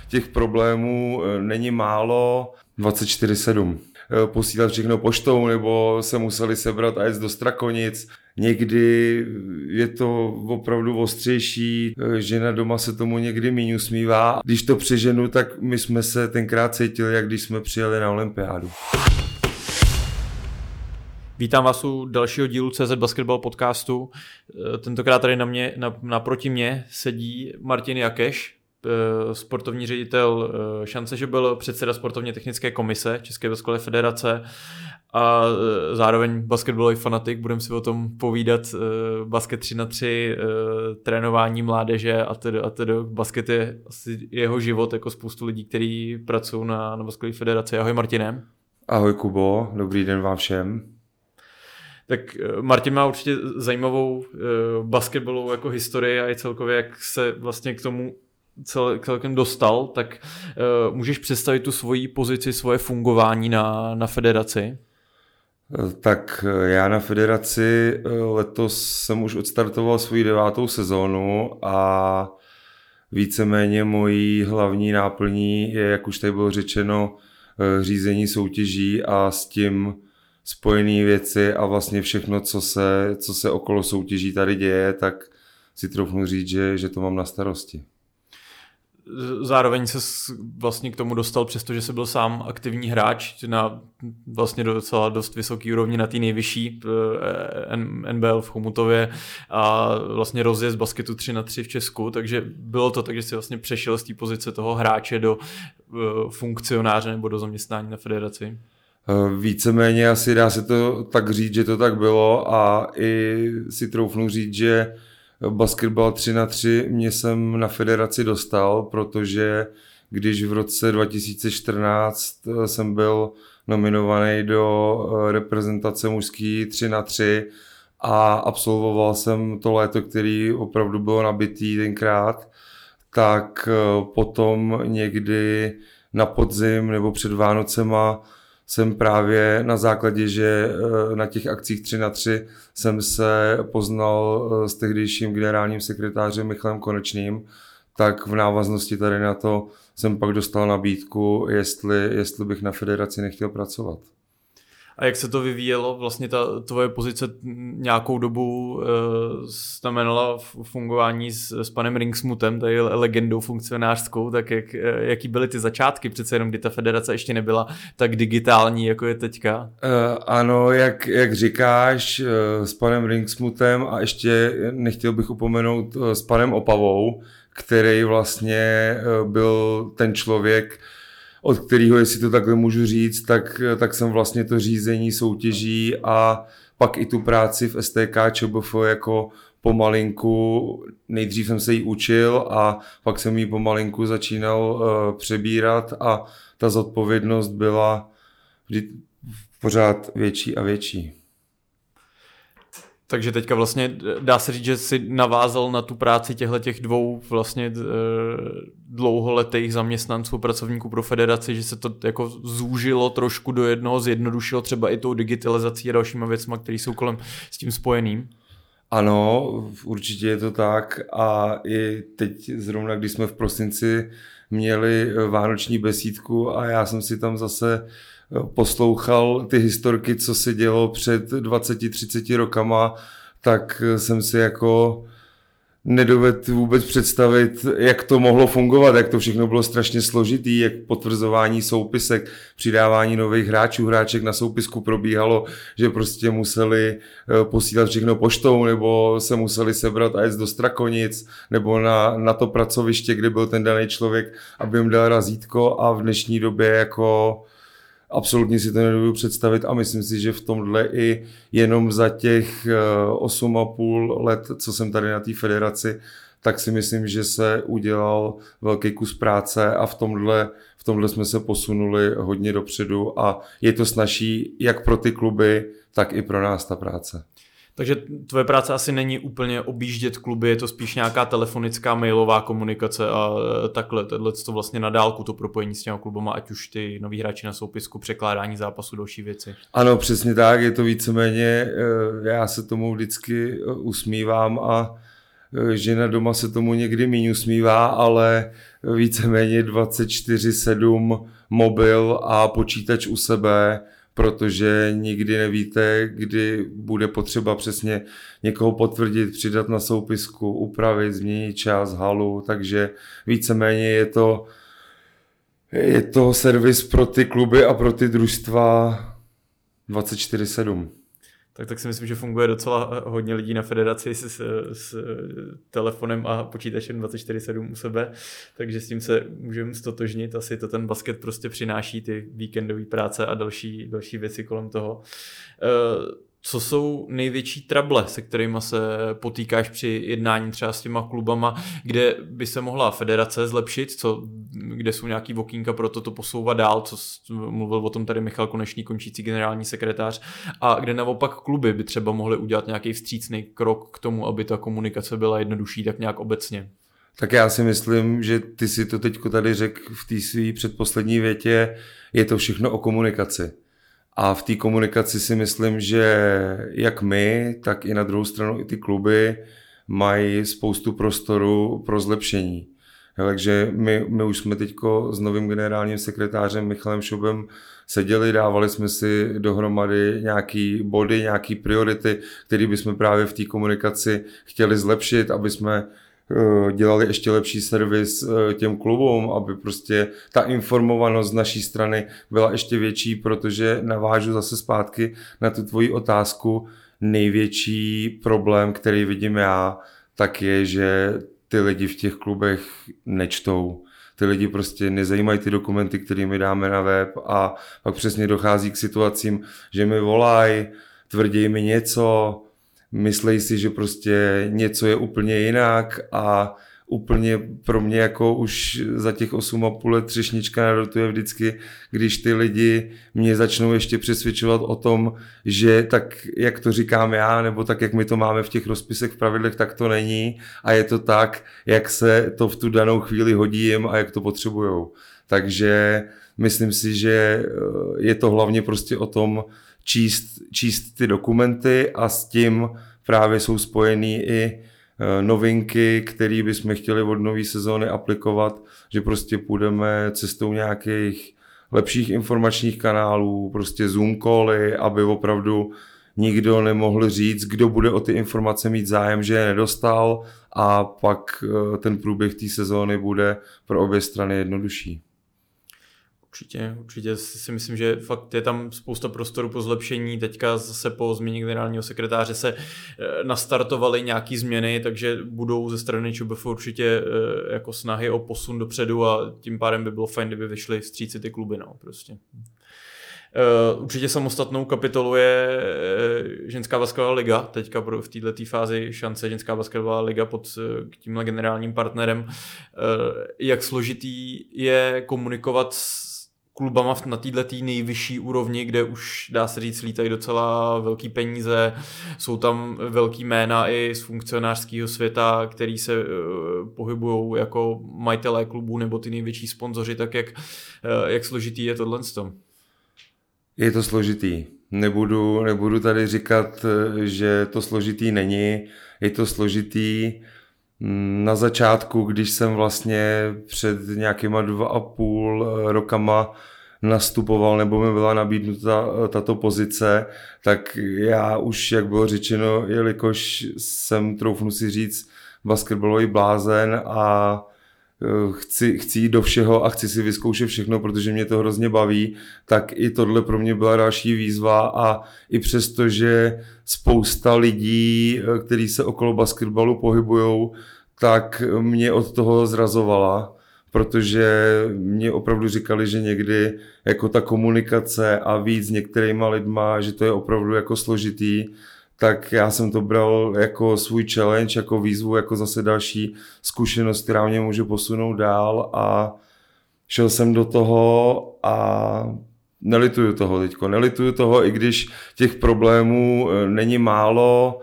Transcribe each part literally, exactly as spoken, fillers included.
těch problémů není málo. dvacet čtyři sedm. Posílat všechno poštou, nebo se museli sebrat a jet do Strakonic. Někdy je to opravdu ostřejší, žena doma se tomu někdy míň usmívá. Když to přeženu, tak my jsme se tenkrát cítili, jak když jsme přijeli na olympiádu. Vítám vás u dalšího dílu C Z Basketball podcastu. Tentokrát tady na mě, na, naproti mě sedí Martin Jakeš, sportovní ředitel Šance, že byl předseda sportovně technické komise České basketlové federace a zároveň basketbalový fanatik. Budeme si o tom povídat. Basket tři na tři, trénování mládeže a tedy, a tedy basket je asi jeho život, jako spoustu lidí, kteří pracují na, na basketlové federaci. Ahoj Martine. Ahoj Kubo, dobrý den vám všem. Tak Martin má určitě zajímavou basketbalovou jako historii a i celkově, jak se vlastně k tomu cel, celkem dostal, tak uh, můžeš představit tu svoji pozici, svoje fungování na, na federaci? Tak já na federaci letos jsem už odstartoval svou devátou sezónu a víceméně mojí hlavní náplní je, jak už tady bylo řečeno, řízení soutěží a s tím spojené věci a vlastně všechno, co se, co se okolo soutěží tady děje, tak si troufnu říct, že, že to mám na starosti. Zároveň se vlastně k tomu dostal, přestože jsi byl sám aktivní hráč na vlastně docela dost vysoký úrovni, na té nejvyšší N B L v Chomutově a vlastně rozjezd basketu tři na tři v Česku, takže bylo to tak, že jsi vlastně přešel z té pozice toho hráče do funkcionáře nebo do zaměstnání na federaci. Víceméně asi dá se to tak říct, že to tak bylo a i si troufnu říct, že basketbal tři na tři mě jsem na federaci dostal, protože když v roce dva tisíce čtrnáct jsem byl nominovaný do reprezentace mužský tři na tři a absolvoval jsem to léto, který opravdu bylo nabitý tenkrát, tak potom někdy na podzim nebo před Vánocema jsem právě na základě, že na těch akcích tři na tři jsem se poznal s tehdejším generálním sekretářem Michalem Konečným, tak v návaznosti tady na to jsem pak dostal nabídku, jestli, jestli bych na federaci nechtěl pracovat. A jak se to vyvíjelo? Vlastně ta tvoje pozice nějakou dobu e, znamenala fungování s, s panem Ringsmutem, tady legendou funkcionářskou, tak jak, jaký byly ty začátky? Přece jenom, kdy ta federace ještě nebyla tak digitální, jako je teďka. E, ano, jak, jak říkáš, s panem Ringsmutem a ještě nechtěl bych upomenout s panem Opavou, který vlastně byl ten člověk, od kterého, jestli to takhle můžu říct, tak, tak jsem vlastně to řízení soutěží a pak i tu práci v S T K Č B F jako pomalinku, nejdřív jsem se jí učil a pak jsem ji pomalinku začínal uh, přebírat a ta zodpovědnost byla vždy pořád větší a větší. Takže teďka vlastně dá se říct, že jsi navázal na tu práci těchto těch dvou vlastně dlouholetých zaměstnanců, pracovníků pro federaci, že se to jako zúžilo trošku do jednoho, zjednodušilo třeba i tou digitalizací a dalšíma věcma, které jsou kolem s tím spojeným. Ano, určitě je to tak a i teď zrovna, když jsme v prosinci měli vánoční besídku a já jsem si tam zase poslouchal ty historky, co se dělo před dvaceti třiceti rokama, tak jsem si jako nedovedl vůbec představit, jak to mohlo fungovat, jak to všechno bylo strašně složitý, jak potvrzování soupisek, přidávání nových hráčů, hráček na soupisku probíhalo, že prostě museli posílat všechno poštou, nebo se museli sebrat a jet do Strakonic, nebo na, na to pracoviště, kde byl ten daný člověk, aby jim dal razítko a v dnešní době jako absolutně si to nedovedu představit a myslím si, že v tomhle i jenom za těch osm a půl let, co jsem tady na té federaci, tak si myslím, že se udělal velký kus práce a v tomhle, v tomhle jsme se posunuli hodně dopředu a je to snazší jak pro ty kluby, tak i pro nás ta práce. Takže tvoje práce asi není úplně objíždět kluby, je to spíš nějaká telefonická, mailová komunikace a takhle, tohle to vlastně na dálku, to propojení s těma klubama, ať už ty noví hráči na soupisku, překládání zápasu, další věci. Ano, přesně tak, je to víceméně, já se tomu vždycky usmívám a žena doma se tomu někdy míň usmívá, ale víceméně dvacet čtyři sedm mobil a počítač u sebe, protože nikdy nevíte, kdy bude potřeba přesně někoho potvrdit, přidat na soupisku, upravit, změnit čas, halu, takže víceméně je to, je to servis pro ty kluby a pro ty družstva dvacet čtyři sedm. Tak, tak si myslím, že funguje docela hodně lidí na federaci s, s, s telefonem a počítačem dvacet čtyři sedm u sebe, takže s tím se můžeme stotožnit. Asi to ten basket prostě přináší, ty víkendové práce a další, další věci kolem toho. Co jsou největší trable, se kterými se potýkáš při jednání třeba s těma klubama, kde by se mohla federace zlepšit, co, kde jsou nějaký okýnka pro to, to posouvat dál, co mluvil o tom tady Michal Konečný, končící generální sekretář, a kde naopak kluby by třeba mohly udělat nějaký vstřícný krok k tomu, aby ta komunikace byla jednodušší, tak nějak obecně. Tak já si myslím, že ty si to teďko tady řekl v té své předposlední větě, je to všechno o komunikaci. A v té komunikaci si myslím, že jak my, tak i na druhou stranu i ty kluby mají spoustu prostoru pro zlepšení. Takže my, my už jsme teďko s novým generálním sekretářem Michalem Šobem seděli, dávali jsme si dohromady nějaký body, nějaký priority, které bychom právě v té komunikaci chtěli zlepšit, aby jsme dělali ještě lepší servis těm klubům, aby prostě ta informovanost z naší strany byla ještě větší, protože navážu zase zpátky na tu tvoji otázku. Největší problém, který vidím já, tak je, že ty lidi v těch klubech nečtou. Ty lidi prostě nezajímají ty dokumenty, které my dáme na web, a pak přesně dochází k situacím, že mi volají, tvrdí mi něco, myslej si, že prostě něco je úplně jinak, a úplně pro mě jako už za těch osm a půl let třešnička na dortu je vždycky, když ty lidi mě začnou ještě přesvědčovat o tom, že tak, jak to říkám já, nebo tak, jak my to máme v těch rozpisech, v pravidlech, tak to není, a je to tak, jak se to v tu danou chvíli hodí jim a jak to potřebujou. Takže myslím si, že je to hlavně prostě o tom číst, číst ty dokumenty, a s tím právě jsou spojený i novinky, které bychom chtěli od nové sezóny aplikovat, že prostě půjdeme cestou nějakých lepších informačních kanálů, prostě Zoom cally, aby opravdu nikdo nemohl říct, kdo bude o ty informace mít zájem, že je nedostal, a pak ten průběh té sezóny bude pro obě strany jednodušší. Určitě, určitě si myslím, že fakt je tam spousta prostoru po zlepšení. Teďka zase po změně generálního sekretáře se nastartovaly nějaký změny, takže budou ze strany ČBF určitě jako snahy o posun dopředu, a tím pádem by bylo fajn, kdyby vyšly vstříci ty kluby. No, prostě. Určitě samostatnou kapitolu je ženská basketbalová liga, teďka v této fázi Šance, ženská basketbalová liga pod tímhle generálním partnerem. Jak složitý je komunikovat s klubama na této nejvyšší úrovni, kde už, dá se říct, lítají docela velký peníze, jsou tam velký jména i z funkcionářského světa, který se pohybují jako majitelé klubů nebo ty největší sponzoři, tak jak, jak složitý je tohle s tom? Je to složitý. Nebudu, nebudu tady říkat, že to složitý není. Je to složitý na začátku, když jsem vlastně před nějakýma dva a půl rokama nastupoval, nebo mi byla nabídnuta tato pozice, tak já už, jak bylo řečeno, jelikož jsem, troufnu si říct, basketbalový blázen a Chci, chci jít do všeho a chci si vyzkoušet všechno, protože mě to hrozně baví, tak i tohle pro mě byla další výzva, a i přesto, že spousta lidí, kteří se okolo basketbalu pohybujou, tak mě od toho zrazovala, protože mě opravdu říkali, že někdy jako ta komunikace a víc s některýma lidma, že to je opravdu jako složitý, tak já jsem to bral jako svůj challenge, jako výzvu, jako zase další zkušenost, která mě může posunout dál, a šel jsem do toho a nelituju toho teďko. Nelituju toho, i když těch problémů není málo,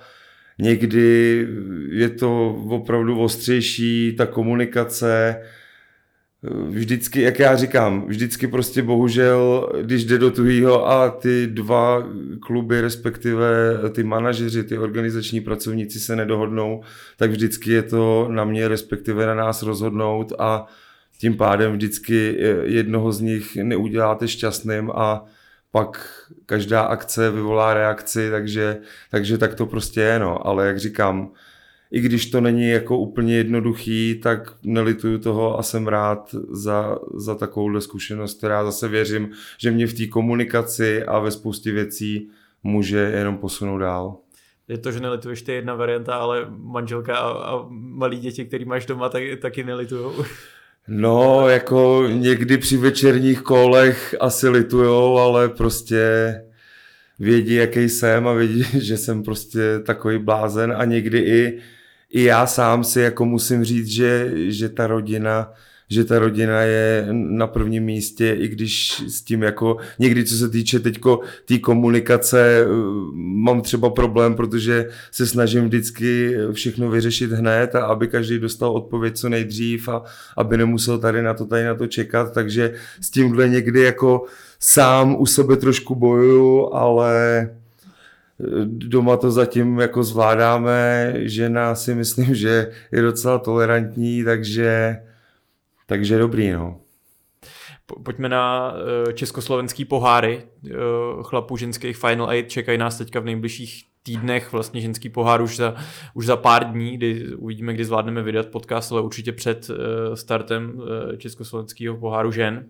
někdy je to opravdu ostřejší, ta komunikace, vždycky, jak já říkám, vždycky prostě bohužel, když jde do tuhýho a ty dva kluby, respektive ty manažeři, ty organizační pracovníci se nedohodnou, tak vždycky je to na mě, respektive na nás rozhodnout a tím pádem vždycky jednoho z nich neuděláte šťastným a pak každá akce vyvolá reakci, takže, takže tak to prostě je, no. Ale jak říkám, i když to není jako úplně jednoduchý, tak nelituju toho a jsem rád za, za takovouhle zkušenost, která zase věřím, že mě v té komunikaci a ve spoustě věcí může jenom posunout dál. Je to, že nelituješ, ty jedna varianta, ale manželka a, a malí děti, který máš doma, tak, taky nelitujou. No, jako někdy při večerních kolech asi litujou, ale prostě vědí, jaký jsem a vědí, že jsem prostě takový blázen a někdy i, i já sám si jako musím říct, že, že ta rodina že ta rodina je na prvním místě, i když s tím jako někdy, co se týče teďko té tý komunikace, mám třeba problém, protože se snažím vždycky všechno vyřešit hned a aby každý dostal odpověď co nejdřív a aby nemusel tady na to, tady na to čekat, takže s tímhle někdy jako sám u sebe trošku bojuju, ale doma to zatím jako zvládáme, žena si myslím, že je docela tolerantní, takže Takže dobrý, no. Pojďme na československý poháry chlapů ženských Final Eight. Čekají nás teďka v nejbližších týdnech vlastně ženský pohár už za, už za pár dní, kdy uvidíme, kdy zvládneme vydat podcast, ale určitě před startem československého poháru žen.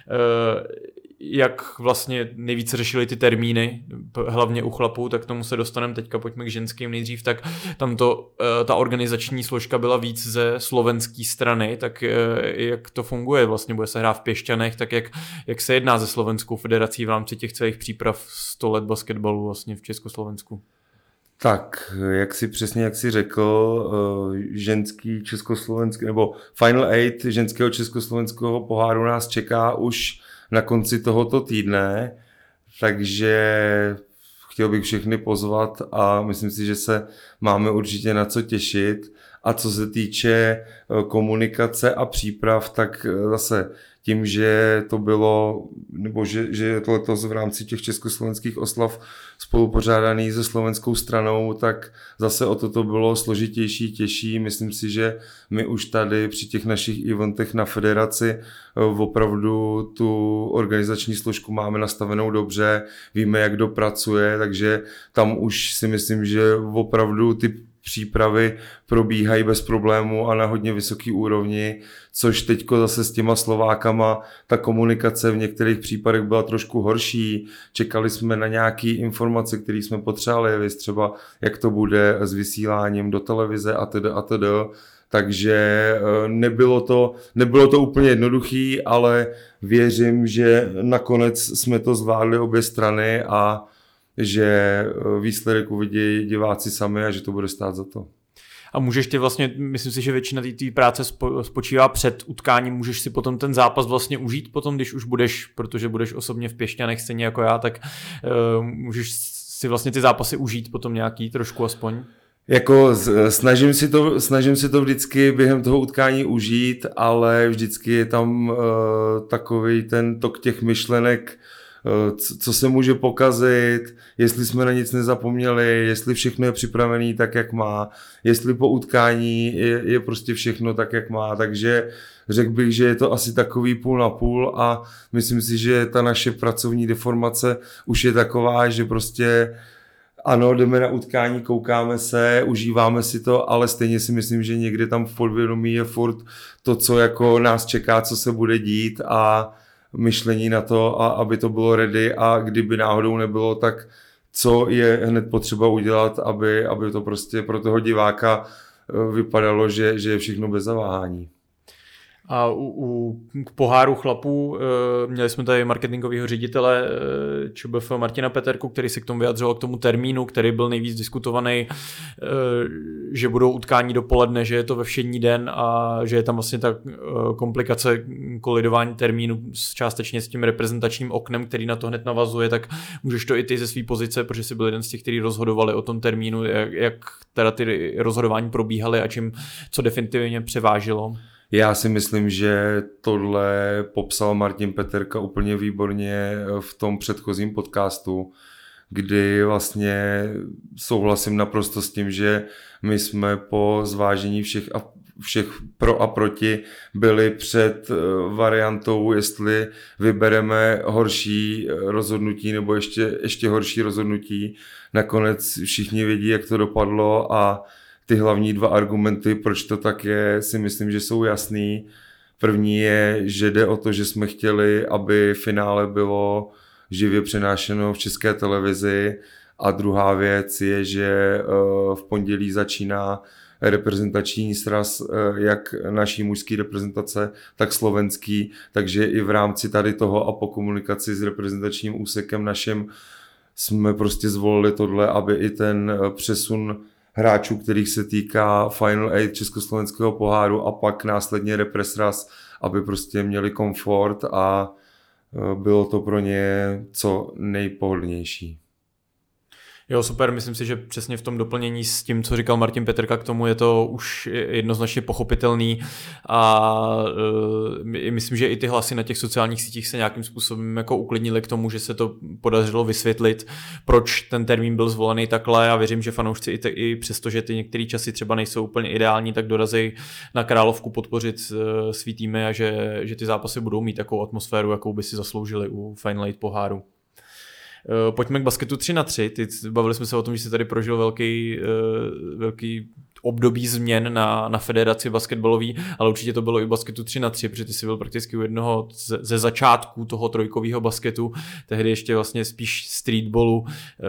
Jak vlastně nejvíce řešili ty termíny, hlavně u chlapů, tak k tomu se dostaneme teďka, pojďme k ženským nejdřív, tak tam to, ta organizační složka byla víc ze slovenské strany, tak jak to funguje, vlastně bude se hrát v Pěšťanech, tak jak, jak se jedná se Slovenskou federací v rámci těch celých příprav sto let basketbalu vlastně v Československu? Tak, jak si přesně, jak si řekl, ženský československý, nebo Final Eight ženského československého poháru nás čeká už na konci tohoto týdne, takže chtěl bych všechny pozvat a myslím si, že se máme určitě na co těšit. A co se týče komunikace a příprav, tak zase tím, že to bylo, nebo že, že je to letos v rámci těch československých oslav spolupořádaný se slovenskou stranou, tak zase o toto bylo složitější, těžší. Myslím si, že my už tady při těch našich eventech na federaci opravdu tu organizační složku máme nastavenou dobře, víme, jak kdo pracuje, takže tam už si myslím, že opravdu ty přípravy probíhají bez problému a na hodně vysoký úrovni, což teďko zase s těma Slovákama ta komunikace v některých případech byla trošku horší. Čekali jsme na nějaké informace, které jsme potřebovali, víc třeba jak to bude s vysíláním do televize a tedy a tedy. Takže nebylo to, nebylo to úplně jednoduchý, ale věřím, že nakonec jsme to zvládli obě strany a že výsledek uvidí diváci sami a že to bude stát za to. A můžeš ty vlastně, myslím si, že většina té práce spo, spočívá před utkáním, můžeš si potom ten zápas vlastně užít potom, když už budeš, protože budeš osobně v Pěšťanech stejně jako já, tak uh, můžeš si vlastně ty zápasy užít potom nějaký trošku aspoň? Jako snažím si to, snažím si to vždycky během toho utkání užít, ale vždycky je tam uh, takový ten tok těch myšlenek, co se může pokazit, jestli jsme na nic nezapomněli, jestli všechno je připravené tak, jak má, jestli po utkání je, je prostě všechno tak, jak má, takže řekl bych, že je to asi takový půl na půl a myslím si, že ta naše pracovní deformace už je taková, že prostě ano, jdeme na utkání, koukáme se, užíváme si to, ale stejně si myslím, že někde tam v podvědomí je furt to, co jako nás čeká, co se bude dít a myšlení na to, a aby to bylo ready a kdyby náhodou nebylo, tak co je hned potřeba udělat, aby, aby to prostě pro toho diváka vypadalo, že, že je všechno bez zaváhání. A u, u k poháru chlapů e, měli jsme tady marketingového ředitele e, ČBF Martina Peterku, který se k tomu vyjadřoval, k tomu termínu, který byl nejvíc diskutovaný, e, že budou utkání dopoledne, že je to ve všední den a že je tam vlastně ta e, komplikace kolidování termínu s, částečně s tím reprezentačním oknem, který na to hned navazuje, tak můžeš to i ty ze své pozice, protože jsi byl jeden z těch, kteří rozhodovali o tom termínu, jak, jak teda ty rozhodování probíhaly a čím, co definitivně převážilo. Já si myslím, že tohle popsal Martin Peterka úplně výborně v tom předchozím podcastu, kdy vlastně souhlasím naprosto s tím, že my jsme po zvážení všech, a, všech pro a proti byli před variantou, jestli vybereme horší rozhodnutí nebo ještě, ještě horší rozhodnutí. Nakonec všichni vědí, jak to dopadlo a ty hlavní dva argumenty, proč to tak je, si myslím, že jsou jasný. První je, že jde o to, že jsme chtěli, aby finále bylo živě přenášeno v České televizi, a druhá věc je, že v pondělí začíná reprezentační sraz jak naší mužské reprezentace, tak slovenský, takže i v rámci tady toho a po komunikaci s reprezentačním úsekem naším jsme prostě zvolili tohle, aby i ten přesun hráčů, kterých se týká Final Eight československého poháru a pak následně represraz, aby prostě měli komfort a bylo to pro ně co nejpohodlnější. Jo, super, myslím si, že přesně v tom doplnění s tím, co říkal Martin Peterka, k tomu je to už jednoznačně pochopitelný a uh, myslím, že i ty hlasy na těch sociálních sítích se nějakým způsobem jako uklidnily k tomu, že se to podařilo vysvětlit, proč ten termín byl zvolený takhle, a věřím, že fanoušci i, te, i přesto, že ty některé časy třeba nejsou úplně ideální, tak dorazí na Královku podpořit uh, svý týmy a že, že ty zápasy budou mít takovou atmosféru, jakou by si zasloužili u Final Eight poháru. Pojďme k basketu tři na tři. Ty, bavili jsme se o tom, že jsi tady prožil velký, velký období změn na, na federaci basketbalový, ale určitě to bylo i v basketu tři na tři, protože ty jsi byl prakticky u jednoho ze, ze začátků toho trojkového basketu, tehdy ještě vlastně spíš streetballu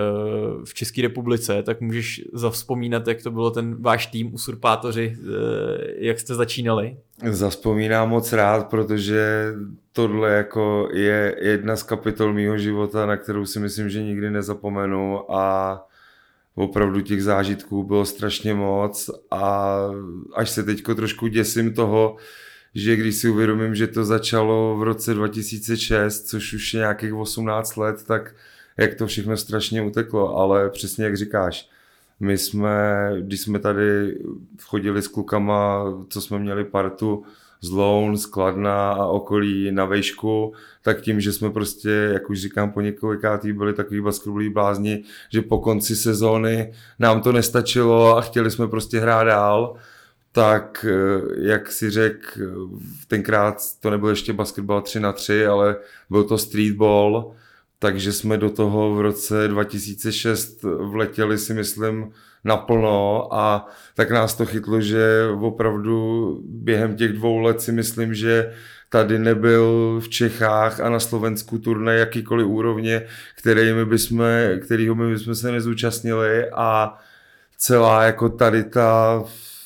v České republice, tak můžeš zavzpomínat, jak to bylo ten váš tým Usurpátoři, jak jste začínali? Zavzpomínám moc rád, protože tohle jako je jedna z kapitol mýho života, na kterou si myslím, že nikdy nezapomenu, a opravdu těch zážitků bylo strašně moc a až se teďko trošku děsím toho, že když si uvědomím, že to začalo v roce dva tisíce šest, což už je nějakých osmnáct let, tak jak to všechno strašně uteklo, ale přesně jak říkáš, my jsme, když jsme tady chodili s klukama, co jsme měli partu z Loun, z Kladna a okolí na vejšku, tak tím, že jsme prostě, jak už říkám, po několikátý byli takový basketbalový blázni, že po konci sezóny nám to nestačilo a chtěli jsme prostě hrát dál, tak jak si řekl, tenkrát to nebyl ještě basketbal tři na tři, ale byl to streetball, takže jsme do toho v roce dva tisíce šest vletěli, si myslím, naplno, a tak nás to chytlo, že opravdu během těch dvou let si myslím, že tady nebyl v Čechách a na Slovensku turnaj jakýkoliv úrovně, kterými bychom, kterýho my bychom se nezúčastnili, a celá jako tady ta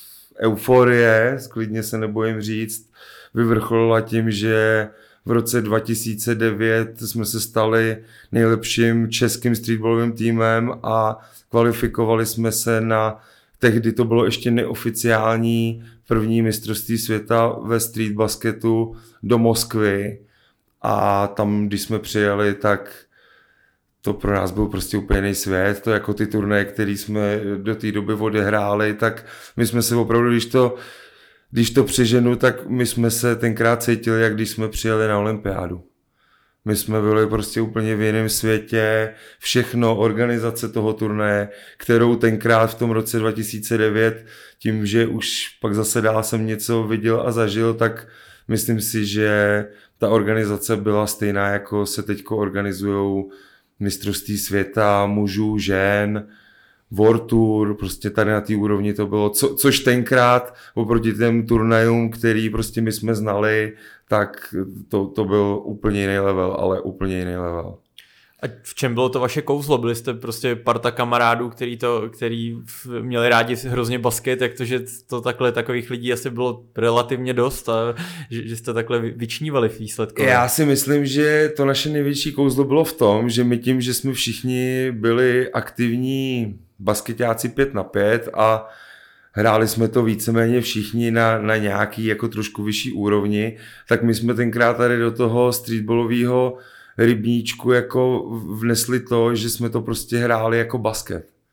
euforie, klidně se nebojím říct, vyvrcholila tím, že v roce dva tisíce devět jsme se stali nejlepším českým streetballovým týmem a kvalifikovali jsme se na, tehdy to bylo ještě neoficiální první mistrovství světa ve street basketu do Moskvy, a tam, když jsme přijeli, tak to pro nás byl prostě úplně jiný svět. To jako ty turnaje, které jsme do té doby odehráli, tak my jsme se opravdu, když to Když to přeženu, tak my jsme se tenkrát cítili, jak když jsme přijeli na olympiádu. My jsme byli prostě úplně v jiném světě, všechno, organizace toho turnaje, kterou tenkrát v tom roce dva tisíce devět, tím, že už pak zase dál jsem něco viděl a zažil, tak myslím si, že ta organizace byla stejná, jako se teďko organizujou mistrovství světa, mužů, žen, World Tour, prostě tady na té úrovni to bylo, co, což tenkrát oproti těm turnajům, který prostě my jsme znali, tak to, to byl úplně jiný level, ale úplně jiný level. A v čem bylo to vaše kouzlo? Byli jste prostě parta kamarádů, který, to, který měli rádi hrozně basket, jak to, že to takhle takových lidí asi bylo relativně dost a že, že jste takhle vyčnívali v výsledku? Já si myslím, že to naše největší kouzlo bylo v tom, že my tím, že jsme všichni byli aktivní basketáci pět na pět a hráli jsme to víceméně všichni na, na nějaký jako trošku vyšší úrovni, tak my jsme tenkrát tady do toho streetballového rybníčku jako vnesli to, že jsme to prostě hráli jako basket.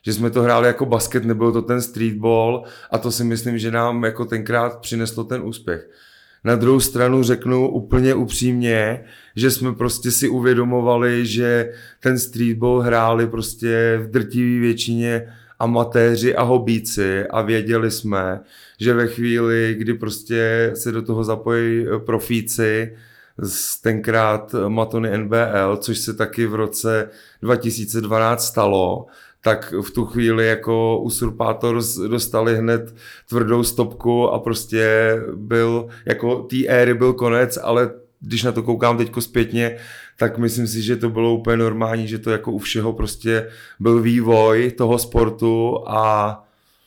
že jsme to hráli jako basket, nebyl to ten streetball a to si myslím, že nám jako tenkrát přineslo ten úspěch. Na druhou stranu řeknu úplně upřímně, že jsme prostě si uvědomovali, že ten streetball hráli prostě v drtivé většině amatéři a hobíci a věděli jsme, že ve chvíli, kdy prostě se do toho zapojí profíci, z tenkrát Matony N B L, což se taky v roce dva tisíce dvanáct stalo, tak v tu chvíli jako Usurpators dostali hned tvrdou stopku a prostě byl, jako té éry byl konec, ale když na to koukám teďko zpětně, tak myslím si, že to bylo úplně normální, že to jako u všeho prostě byl vývoj toho sportu a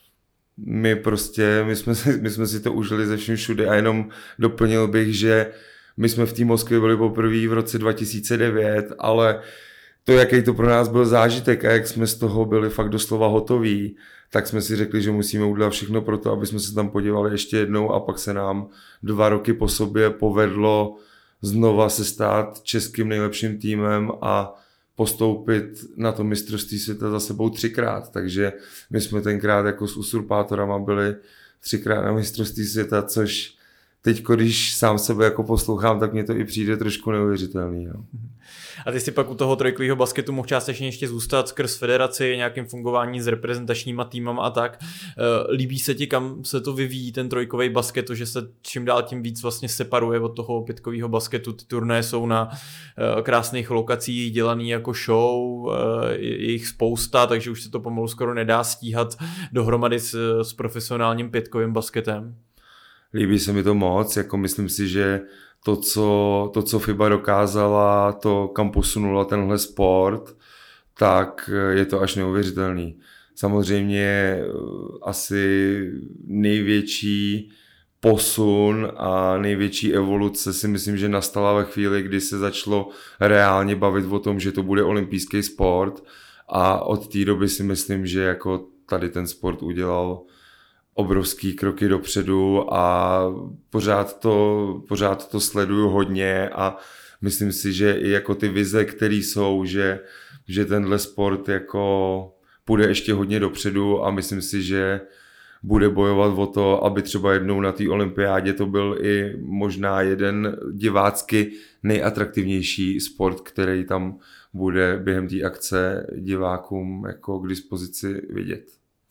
my prostě, my jsme, si, my jsme si to užili ze všem všude a jenom doplnil bych, že my jsme v té Moskvě byli poprvé v roce dva tisíce devět, ale to, jaký to pro nás byl zážitek a jak jsme z toho byli fakt doslova hotoví, tak jsme si řekli, že musíme udělat všechno pro to, aby jsme se tam podívali ještě jednou a pak se nám dva roky po sobě povedlo znova se stát českým nejlepším týmem a postoupit na to mistrovství světa za sebou třikrát. Takže my jsme tenkrát jako s Usurpátorama byli třikrát na mistrovství světa, což teď, když sám sebe jako poslouchám, tak mně to i přijde trošku neuvěřitelný. No. A ty si pak u toho trojkového basketu mohl částečně ještě zůstat skrz federaci, nějakým fungování s reprezentačníma týmama a tak. Líbí se ti, kam se to vyvíjí, ten trojkový basket, to, že se čím dál tím víc vlastně separuje od toho pětkového basketu. Ty turné jsou na krásných lokacích dělaný jako show, je jich spousta, takže už se to pomalu skoro nedá stíhat dohromady s, s profesionálním pětkovým basketem. Líbí se mi to moc, jako myslím si, že to, co, to, co FIBA dokázala, to, kam posunula tenhle sport, tak je to až neuvěřitelný. Samozřejmě asi největší posun a největší evoluce si myslím, že nastala ve chvíli, kdy se začalo reálně bavit o tom, že to bude olympijský sport a od té doby si myslím, že jako tady ten sport udělal obrovský kroky dopředu a pořád to, pořád to sleduju hodně a myslím si, že i jako ty vize, které jsou, že, že tenhle sport jako půjde ještě hodně dopředu a myslím si, že bude bojovat o to, aby třeba jednou na té olympiádě to byl i možná jeden divácky nejatraktivnější sport, který tam bude během té akce divákům jako k dispozici vidět.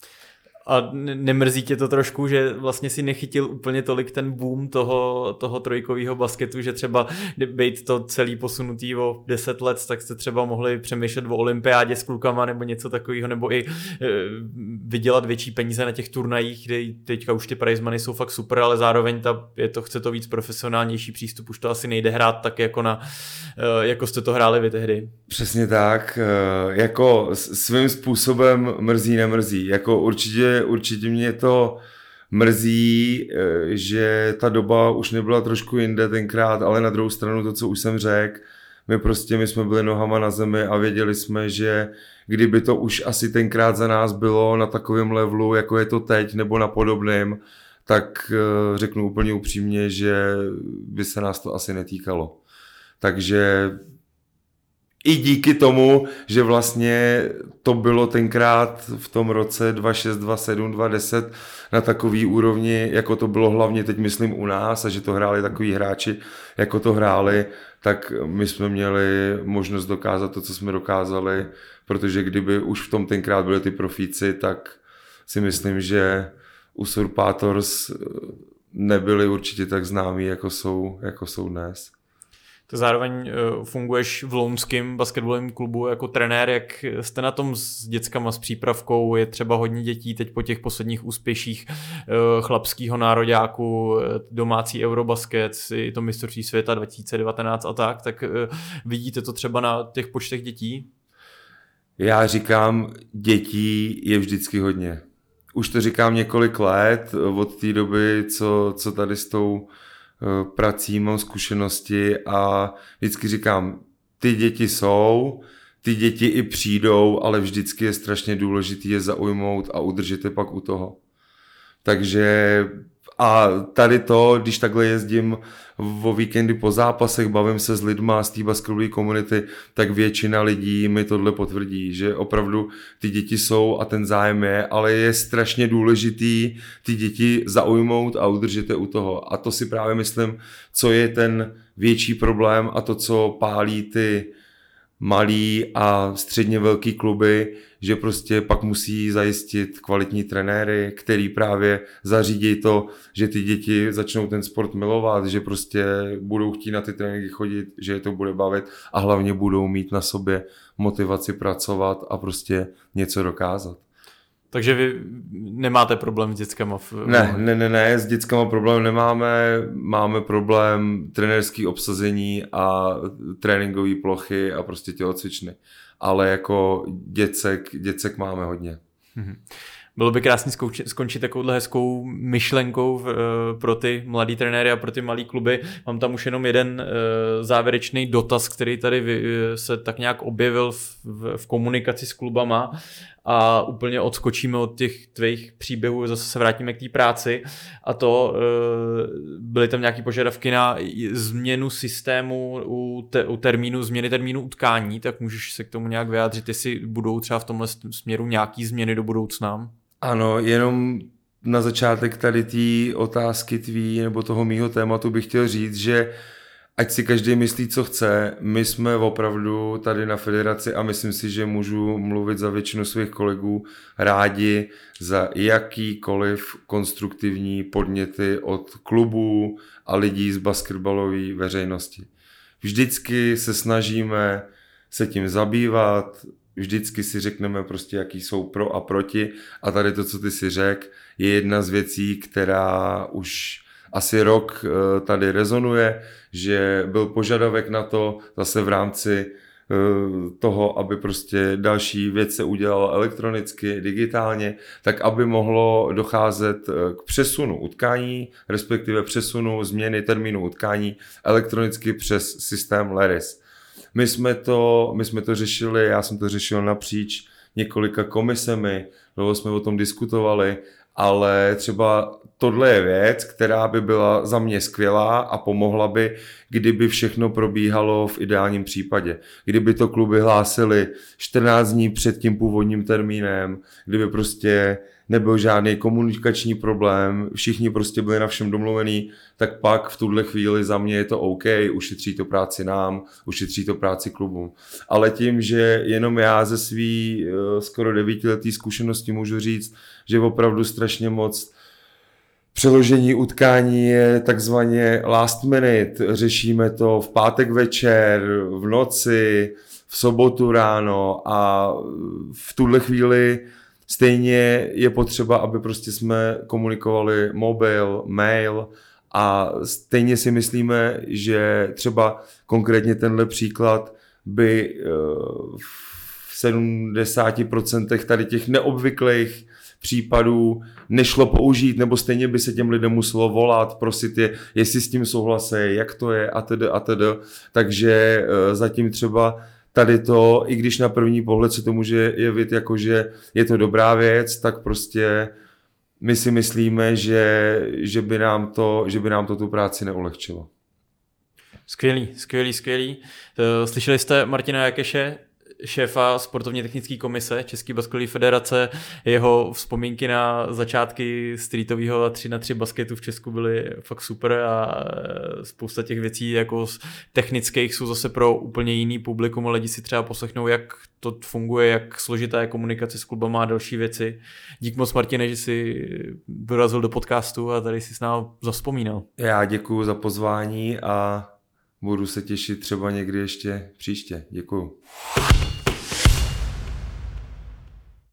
A nemrzí tě to trošku, že vlastně si nechytil úplně tolik ten boom toho, toho trojkového basketu, že třeba být to celý posunutý o deset let, tak jste třeba mohli přemýšlet o olympiádě s klukama nebo něco takového, nebo i e, vydělat větší peníze na těch turnajích, kde teďka už ty prize money jsou fakt super, ale zároveň ta, je to, chce to víc profesionálnější přístup, už to asi nejde hrát tak jako, na, e, jako jste to hráli vy tehdy. Přesně tak, e, jako svým způsobem mrzí, nemrzí, jako určitě Určitě mě to mrzí, že ta doba už nebyla trošku jinde tenkrát, ale na druhou stranu to, co už jsem řekl, my prostě my jsme byli nohama na zemi a věděli jsme, že kdyby to už asi tenkrát za nás bylo na takovém levelu, jako je to teď, nebo na podobném, tak řeknu úplně upřímně, že by se nás to asi netýkalo. Takže i díky tomu, že vlastně to bylo tenkrát v tom roce dva šest, dva sedm, dva deset na takový úrovni, jako to bylo hlavně teď myslím u nás a že to hráli takový hráči, jako to hráli, tak my jsme měli možnost dokázat to, co jsme dokázali, protože kdyby už v tom tenkrát byli ty profíci, tak si myslím, že Usurpators nebyli určitě tak známí, jako jsou, jako jsou dnes. To zároveň funguješ v lounském basketbalovém klubu jako trenér, jak jste na tom s dětskama, s přípravkou, je třeba hodně dětí teď po těch posledních úspěších chlapského nároďáku, domácí Eurobasket, i to mistrovství světa dva tisíce devatenáct a tak, tak vidíte to třeba na těch počtech dětí? Já říkám, dětí je vždycky hodně. Už to říkám několik let, od té doby, co, co tady s tou prací, mám zkušenosti a vždycky říkám, ty děti jsou, ty děti i přijdou, ale vždycky je strašně důležité je zaujmout a udržet je pak u toho. Takže A tady to, když takhle jezdím o víkendy po zápasech, bavím se s lidma z té basketbalové komunity, tak většina lidí mi tohle potvrdí, že opravdu ty děti jsou a ten zájem je, ale je strašně důležitý ty děti zaujmout a udržet je u toho. A to si právě myslím, co je ten větší problém a to, co pálí ty malý a středně velký kluby, že prostě pak musí zajistit kvalitní trenéry, který právě zařídí to, že ty děti začnou ten sport milovat, že prostě budou chtít na ty tréninky chodit, že je to bude bavit a hlavně budou mít na sobě motivaci pracovat a prostě něco dokázat. Takže vy nemáte problém s dětskama? V... Ne, ne, ne, ne, s dětskama problém nemáme, máme problém trenérský obsazení a tréninkové plochy a prostě tělocvičny. Ale jako děcek, děcek máme hodně. Mm-hmm. Bylo by krásně skončit takovouhle hezkou myšlenkou v, pro ty mladý trenéry a pro ty malý kluby. Mám tam už jenom jeden závěrečný dotaz, který tady se tak nějak objevil v, v, v komunikaci s klubama a úplně odskočíme od těch tvých příběhů, zase se vrátíme k té práci a to byly tam nějaké požadavky na změnu systému u, te, u termínu, změny termínu utkání, tak můžeš se k tomu nějak vyjádřit, jestli budou třeba v tomhle směru nějaký změny do budoucna? Ano, jenom na začátek tady té otázky tvý nebo toho mýho tématu bych chtěl říct, že ať si každý myslí, co chce, my jsme opravdu tady na federaci a myslím si, že můžu mluvit za většinu svých kolegů rádi za jakýkoliv konstruktivní podněty od klubů a lidí z basketbalové veřejnosti. Vždycky se snažíme se tím zabývat, vždycky si řekneme prostě, jaký jsou pro a proti a tady to, co ty si řekl, je jedna z věcí, která už asi rok tady rezonuje, že byl požadavek na to zase v rámci toho, aby prostě další věc se udělala elektronicky, digitálně, tak aby mohlo docházet k přesunu utkání, respektive přesunu změny termínu utkání elektronicky přes systém Leris. My jsme to, my jsme to řešili, já jsem to řešil napříč několika komisemi, dlouho jsme o tom diskutovali, ale třeba tohle je věc, která by byla za mě skvělá a pomohla by, kdyby všechno probíhalo v ideálním případě. Kdyby to kluby hlásili čtrnáct dní před tím původním termínem, kdyby prostě nebyl žádný komunikační problém, všichni prostě byli na všem domluvení, tak pak v tuhle chvíli za mě je to OK, ušetří to práci nám, ušetří to práci klubům. Ale tím, že jenom já ze svý skoro devítiletý zkušenosti můžu říct, že opravdu strašně moc přeložení utkání je takzvaně last minute. Řešíme to v pátek večer, v noci, v sobotu ráno a v tuhle chvíli stejně je potřeba, aby prostě jsme komunikovali mobil, mail a stejně si myslíme, že třeba konkrétně tenhle příklad by v sedmdesáti procentech tady těch neobvyklých případů nešlo použít, nebo stejně by se těm lidem muselo volat, prosit je, jestli s tím souhlasí, jak to je a tedy a tedy. Takže zatím třeba tady to, i když na první pohled se to může jevit jako, že je to dobrá věc, tak prostě my si myslíme, že, že, by nám to, že by nám to tu práci neulehčilo. Skvělý, skvělý, skvělý. Slyšeli jste Martina Jakeše, šéfa sportovně technické komise České basketbalové federace. Jeho vzpomínky na začátky streetového tři na tři basketu v Česku byly fakt super a spousta těch věcí jako technických jsou zase pro úplně jiný publikum a lidi si třeba poslechnou, jak to funguje, jak složitá je komunikace s klubama a další věci. Dík moc, Martine, že jsi dorazil do podcastu a tady si s námi zavzpomínal. Já děkuju za pozvání a budu se těšit třeba někdy ještě příště. Děkuju.